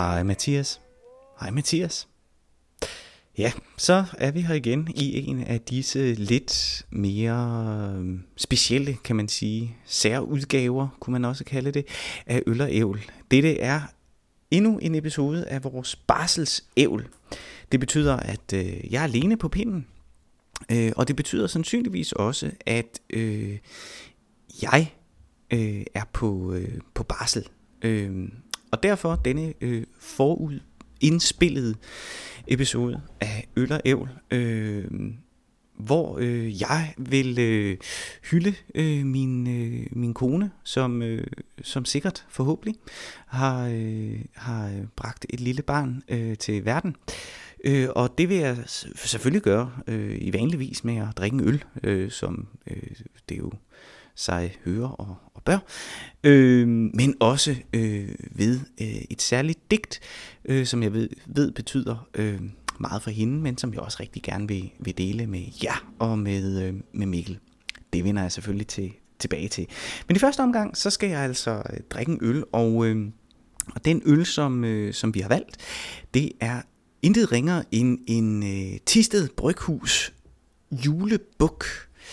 Hej Mathias. Hej Mathias. Ja, så er vi her igen i en af disse lidt mere specielle, kan man sige, særudgaver, kunne man også kalde det, af Øl og Ævl. Dette er endnu en episode af vores barselsævl. Det betyder, at jeg er alene på pinden, og det betyder sandsynligvis også, at jeg er på barsel. Og derfor denne forud indspillede episode af Øl og Ævl, hvor jeg vil hylde min kone, som sikkert forhåbentlig har bragt et lille barn til verden. Og det vil jeg selvfølgelig gøre i vanlig vis med at drikke en øl, som det jo sig hører og bør, men også ved et særligt digt, som jeg ved betyder meget for hende, men som jeg også rigtig gerne vil dele med jer og med Mikkel. Det vender jeg selvfølgelig tilbage til. Men i første omgang, så skal jeg altså drikke en øl, og den øl, som vi har valgt, det er intet ringere end en Thisted Bryghus julebuk.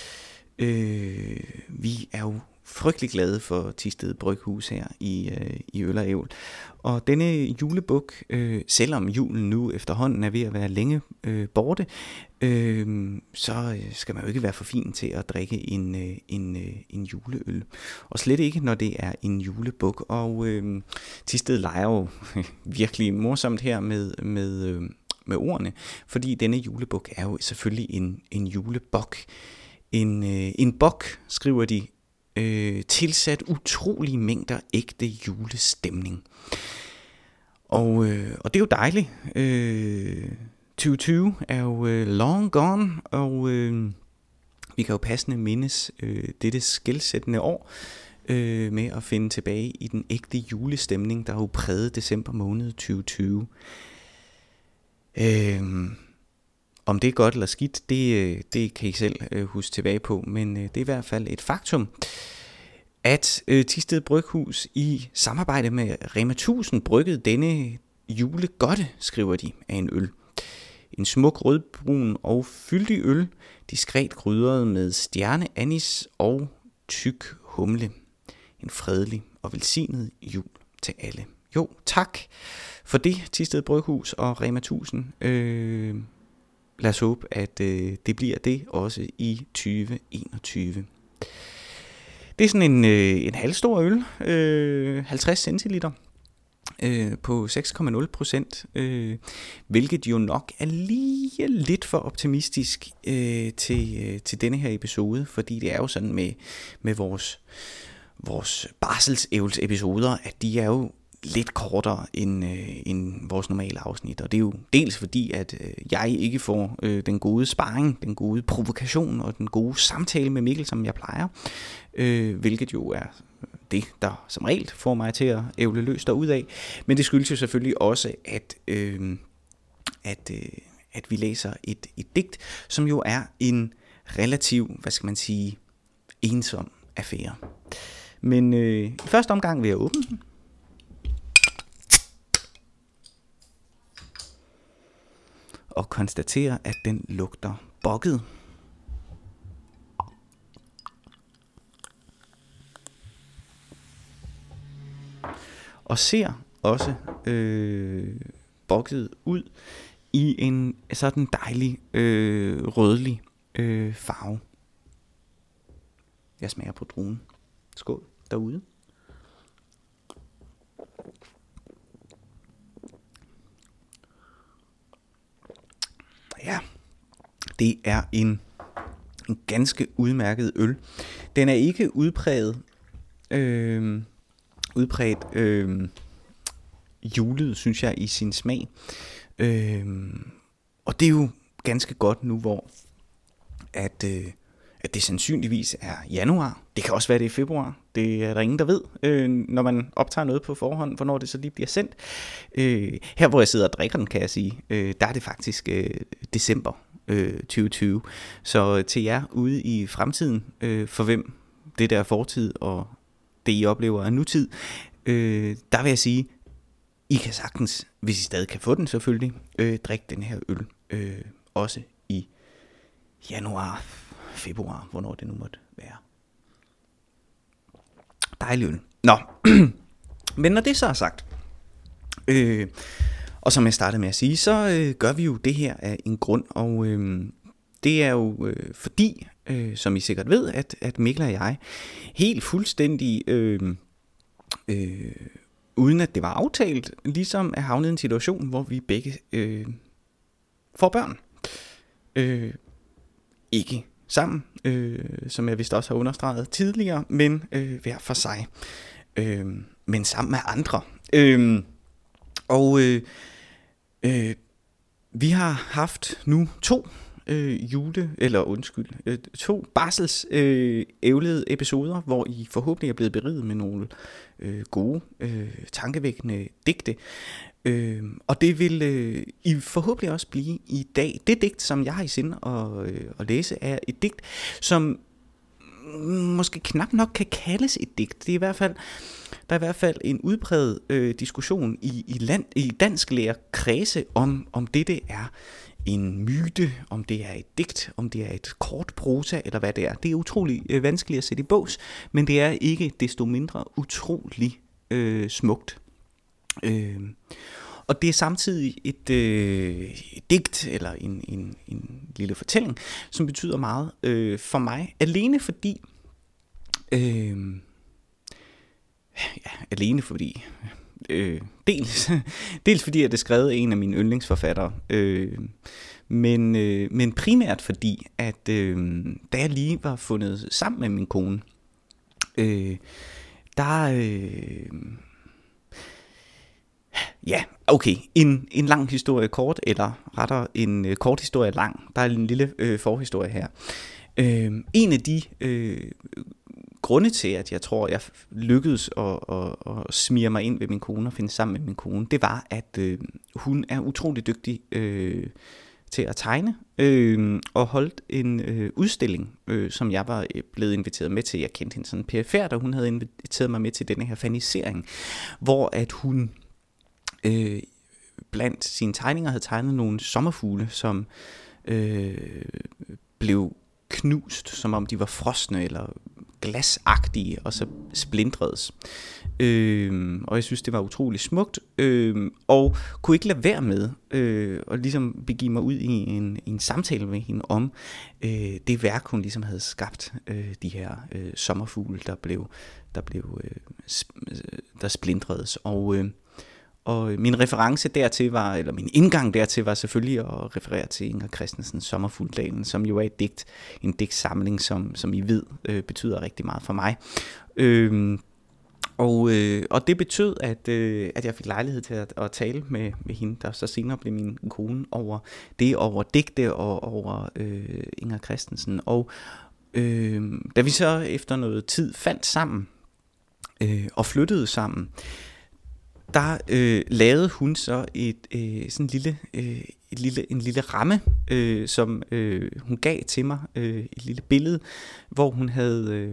Vi er jo frygtelig glade for Thisted Bryghus her i Øl og Ævl. Og denne julebuk, selvom julen nu efterhånden er ved at være længe borte, så skal man jo ikke være for fin til at drikke en juleøl. Og slet ikke, når det er en julebuk. Og Thisted leger jo virkelig morsomt her med ordene, fordi denne julebuk er jo selvfølgelig en julebok. En bok, skriver de, tilsat utrolige mængder ægte julestemning. Og det er jo dejligt. 2020 er jo long gone, og vi kan jo passende mindes dette skelsættende år med at finde tilbage i den ægte julestemning, der jo prægede december måned 2020. Om det er godt eller skidt, det kan I selv huske tilbage på, men det er i hvert fald et faktum, at Thisted Bryghus i samarbejde med Rema 1000 bryggede denne julegodte, skriver de, af en øl. En smuk rødbrun og fyldig øl, diskret krydret med stjerneanis og tyk humle. En fredelig og velsignet jul til alle. Jo, tak for det, Thisted Bryghus og Rema 1000. Lad os håbe, at det bliver det også i 2021. Det er sådan en halvstor øl, 50 centiliter, på 6,0%, hvilket jo nok er lige lidt for optimistisk til denne her episode, fordi det er jo sådan med vores barselsævls episoder, at de er jo lidt kortere end vores normale afsnit. Og det er jo dels fordi, at jeg ikke får den gode sparring, den gode provokation og den gode samtale med Mikkel, som jeg plejer. Hvilket jo er det, der som regel får mig til at ævle løs derudad. Men det skyldes jo selvfølgelig også, at vi læser et digt, som jo er en relativ, hvad skal man sige, ensom affære. Men i første omgang vil jeg åbne den. Og konstatere, at den lugter bokket. Og ser også bokket ud i en sådan dejlig rødlig farve. Jeg smager på druen. Skål derude. Ja, det er en ganske udmærket øl. Den er ikke udpræget julet, synes jeg, i sin smag. Og det er jo ganske godt nu, hvor at det sandsynligvis er januar. Det kan også være, det er februar. Det er der ingen, der ved, når man optager noget på forhånd, hvornår det så lige bliver sendt. Her, hvor jeg sidder og drikker den, kan jeg sige, der er det faktisk december 2020. Så til jer ude i fremtiden, for hvem det der er fortid, og det I oplever er nutid, der vil jeg sige, I kan sagtens, hvis I stadig kan få den selvfølgelig, drikke den her øl. Også i januar, februar, hvornår det nu måtte være. Dejlig øl. Nå, men når det så er sagt, og som jeg startede med at sige, så gør vi jo det her af en grund, og det er jo fordi, som I sikkert ved, at Mikkel og jeg helt fuldstændig, uden at det var aftalt, ligesom er havnet i en situation, hvor vi begge får børn. Ikke sammen, som jeg vist også har understreget tidligere, men hver for sig. Men sammen med andre. Vi har haft nu 2 barselsævlede episoder, hvor I forhåbentlig er blevet beriget med nogle gode, tankevækkende digte. Og det vil I forhåbentlig også blive i dag. Det digt, som jeg har i sinde at læse, er et digt, som måske knap nok kan kaldes et digt. Det er der er i hvert fald en udbredt diskussion i dansklærerkredse om det er en myte, om det er et digt, om det er et kort prosa, eller hvad det er. Det er utrolig vanskeligt at sætte i bås, men det er ikke desto mindre utrolig smukt. Og det er samtidig et digt, eller en lille fortælling, som betyder meget for mig. Alene fordi, dels fordi at det er skrevet af en af mine yndlingsforfattere, men primært fordi, at da jeg lige var fundet sammen med min kone, en lang historie kort, eller rettere en kort historie lang. Der er en lille forhistorie her. En af de grunde til, at jeg tror, jeg lykkedes at smire mig ind ved min kone og finde sammen med min kone, det var, at hun er utrolig dygtig til at tegne, og holdt en udstilling, som jeg var blevet inviteret med til. Jeg kendte hende sådan perifært, og hun havde inviteret mig med til denne her fanisering, hvor at hun blandt sine tegninger havde tegnet nogle sommerfugle, som blev knust, som om de var frosne eller glasagtige, og så splintredes. Og jeg synes, det var utrolig smukt, og kunne ikke lade være med og ligesom begive mig ud i en samtale med hende om det værk, hun ligesom havde skabt, de her sommerfugle, der splintredes. Og min reference dertil var, eller min indgang dertil var selvfølgelig at referere til Inger Christensens Sommerfugledalen, som jo er en digtsamling, som I ved betyder rigtig meget for mig. Og det betød, at jeg fik lejlighed til at tale med hende, der så senere blev min kone, over digte og over Inger Christensen. Og da vi så efter noget tid fandt sammen og flyttede sammen, der lavede hun så en lille ramme, som hun gav til mig, et lille billede, hvor hun havde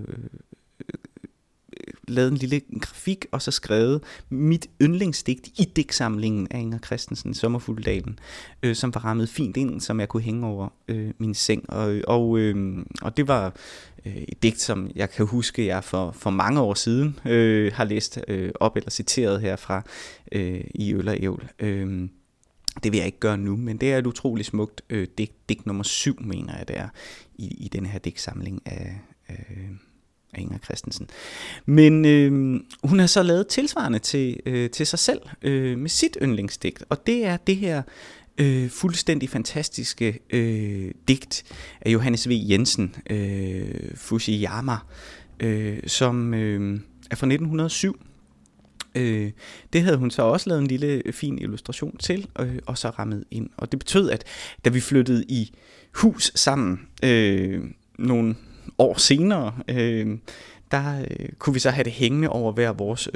lavet en lille grafik, og så skrevet mit yndlingsdigt i digtsamlingen af Inger Christensen, Sommerfugledalen, som var rammet fint ind, som jeg kunne hænge over min seng. Og det var et digt, som jeg kan huske, jeg for mange år siden har læst op eller citeret herfra i Øl og Ævl. Det vil jeg ikke gøre nu, men det er et utroligt smukt digt nummer 7, mener jeg, det er, i denne her digtsamling af Inger Christensen. Men hun har så lavet tilsvarende til sig selv med sit yndlingsdigt, og det er det her fuldstændig fantastiske digt af Johannes V. Jensen, Fusiyama, som er fra 1907. Det havde hun så også lavet en lille fin illustration til, og så rammet ind. Og det betød, at da vi flyttede i hus sammen nogle år senere, der kunne vi så have det hængende over hver vores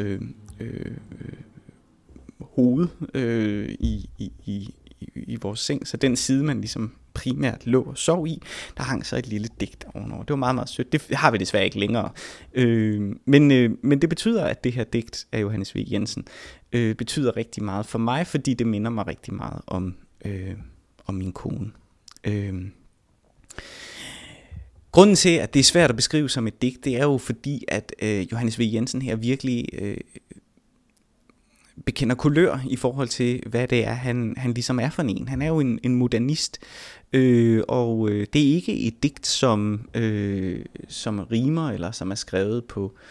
hoved i vores seng. Så den side, man ligesom primært lå og sov i, der hang så et lille digt ovenover. Det var meget, meget sødt. Det har vi desværre ikke længere. Men det betyder, at det her digt af Johannes V. Jensen betyder rigtig meget for mig, fordi det minder mig rigtig meget om min kone. Grunden til, at det er svært at beskrive som et digt, det er jo fordi, at Johannes V. Jensen her virkelig bekender kulør i forhold til, hvad det er, han ligesom er for en. Han er jo en modernist, og det er ikke et digt, som rimer, eller som er skrevet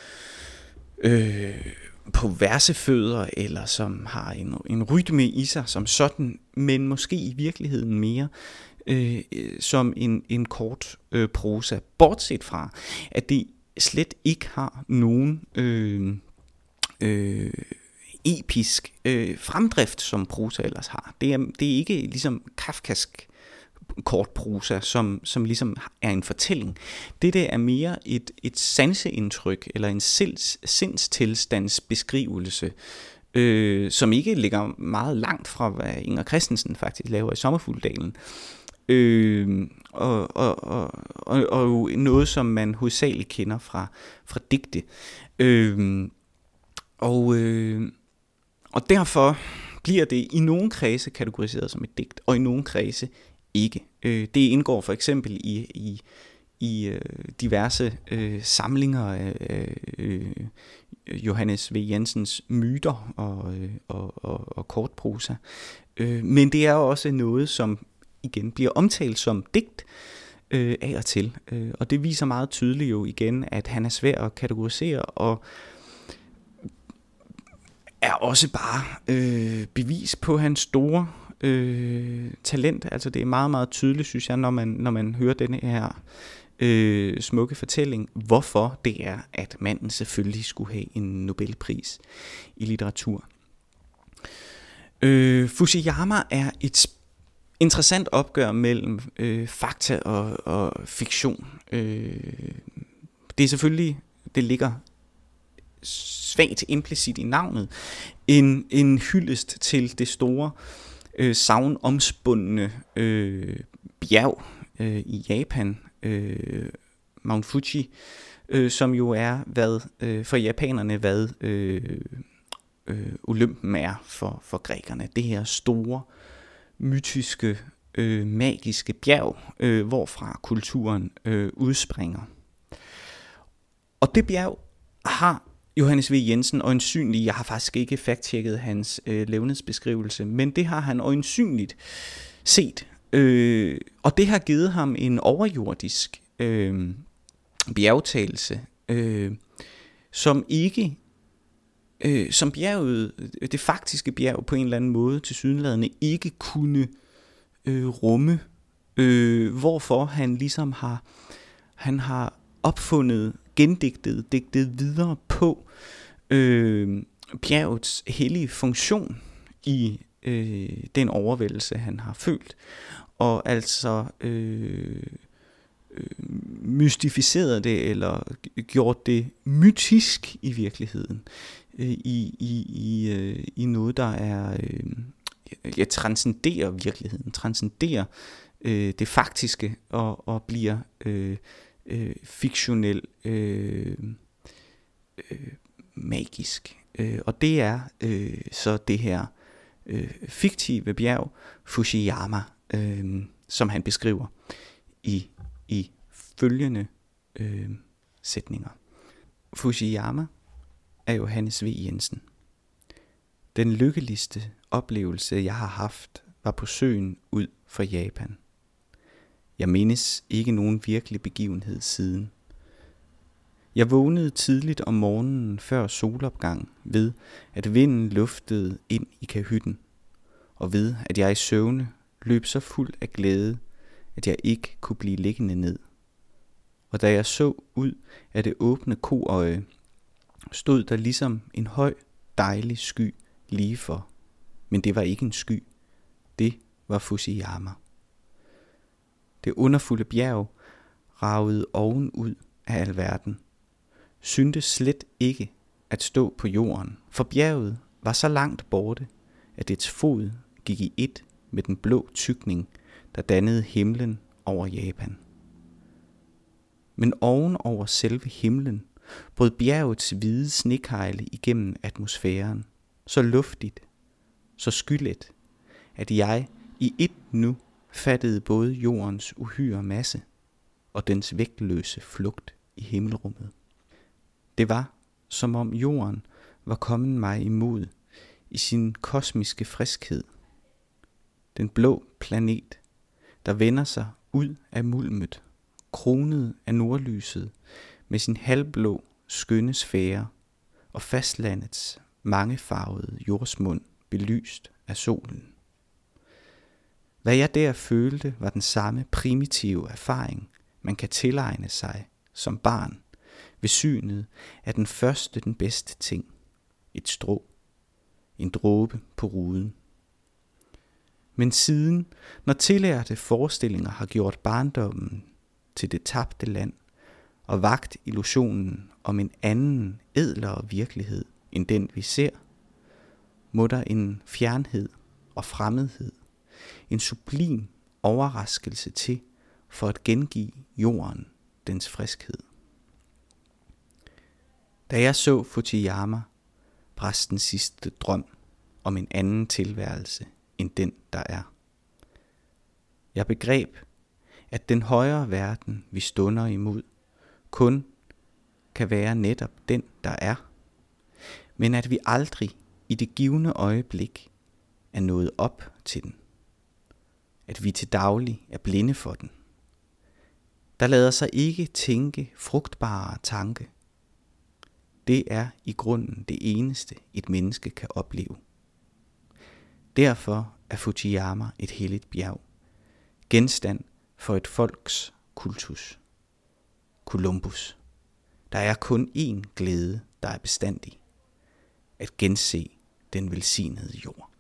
på versefødder, eller som har en rytme i sig som sådan, men måske i virkeligheden mere som en kort prosa, bortset fra, at det slet ikke har nogen episk fremdrift, som prosa ellers har. Det er ikke ligesom kafkask kort prosa, som ligesom er en fortælling. Det er mere et sanseindtryk, eller en sindstilstandsbeskrivelse, som ikke ligger meget langt fra, hvad Inger Christensen faktisk laver i Sommerfugledalen. Og noget, som man hovedsageligt kender fra digte. Og derfor bliver det i nogle kredse kategoriseret som et digt, og i nogle kredse ikke. Det indgår for eksempel i diverse samlinger af Johannes V. Jensens myter og kortprosa. Men det er også noget, som igen bliver omtalt som digt af og til. Og det viser meget tydeligt jo igen, at han er svær at kategorisere, og er også bare bevis på hans store talent. Altså det er meget, meget tydeligt, synes jeg, når man hører denne her smukke fortælling, hvorfor det er, at manden selvfølgelig skulle have en Nobelpris i litteratur. Fusiyama er et interessant opgør mellem fakta og fiktion. Det er selvfølgelig, det ligger svagt implicit i navnet, en hyldest til det store sagnomspundne bjerg i Japan, Mount Fuji, som jo er for japanerne hvad Olympen er for grækerne. Det her store, mytiske, magiske bjerg, hvorfra kulturen udspringer. Og det bjerg har Johannes V. Jensen øjensynligt, jeg har faktisk ikke fact-tjekket hans levnedsbeskrivelse, men det har han øjensynligt set. Og det har givet ham en overjordisk bjergtagelse, som ikke, som bjerget, det faktiske bjerg på en eller anden måde tilsyneladende ikke kunne rumme, hvorfor han ligesom har opfundet, digtet videre på bjergets hellige funktion i den overvældelse, han har følt, og altså mystificeret det, eller gjort det mytisk i virkeligheden, i noget, der er transcenderer virkeligheden, transcenderer det faktiske, og bliver fiktionel, magisk. Og det er så det her fiktive bjerg, Fusiyama, som han beskriver i følgende sætninger. Fusiyama er Johannes V. Jensen. Den lykkeligste oplevelse, jeg har haft, var på søen ud for Japan. Jeg mindes ikke nogen virkelig begivenhed siden. Jeg vågnede tidligt om morgenen før solopgang ved, at vinden luftede ind i kahytten, og ved, at jeg i søvne løb så fuld af glæde, at jeg ikke kunne blive liggende ned. Og da jeg så ud af det åbne koøje, stod der ligesom en høj, dejlig sky lige for. Men det var ikke en sky. Det var Fusiyama. Det underfulde bjerg ragede ovenud af alverden. Syntes slet ikke at stå på jorden, for bjerget var så langt borte, at dets fod gik i ét med den blå tykning, der dannede himlen over Japan. Men oven over selve himlen brød bjergets hvide snekejle igennem atmosfæren, så luftigt, så skylet, at jeg i et nu fattede både jordens uhyre masse og dens vægtløse flugt i himmelrummet. Det var, som om jorden var kommet mig imod i sin kosmiske friskhed. Den blå planet, der vender sig ud af mulmet, kronet af nordlyset med sin halvblå skønne sfære og fastlandets mangefarvede jordsmund belyst af solen. Hvad jeg der følte, var den samme primitive erfaring, man kan tilegne sig som barn ved synet af den første, den bedste ting. Et strå, en dråbe på ruden. Men siden, når tillærte forestillinger har gjort barndommen til det tabte land og vagt illusionen om en anden, ædlere virkelighed end den vi ser, må der en fjernhed og fremmedhed, en sublim overraskelse til for at gengive jorden dens friskhed. Da jeg så Fujiyama, brast den sidste drøm om en anden tilværelse end den, der er. Jeg begreb, at den højere verden, vi stunder imod, kun kan være netop den, der er, men at vi aldrig i det givne øjeblik er nået op til den. At vi til daglig er blinde for den. Der lader sig ikke tænke frugtbare tanke. Det er i grunden det eneste, et menneske kan opleve. Derfor er Fujiyama et helligt bjerg, genstand for et folks kultus. Columbus. Der er kun én glæde, der er bestandig. At gense den velsignede jord.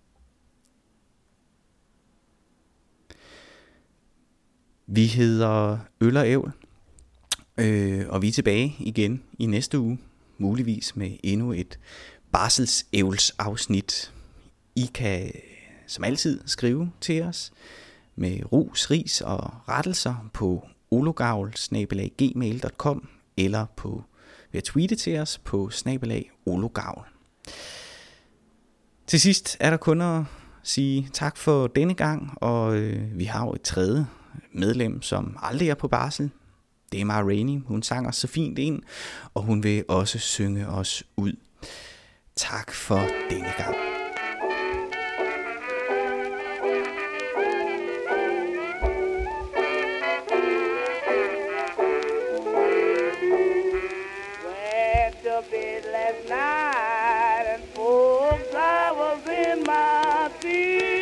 Vi hedder Øl og Ævl, og vi er tilbage igen i næste uge, muligvis med endnu et barselsævls afsnit. I kan som altid skrive til os med ros, ris og rettelser på ologavl@gmail.com eller ved at tweete til os på @ologavl. Til sidst er der kun at sige tak for denne gang, og vi har jo et tredje medlem, som aldrig er på barsel. Det er Ma Rainey. Hun sang os så fint ind, og hun vil også synge os ud. Tak for denne gang. Last night and folks, I was in my feet.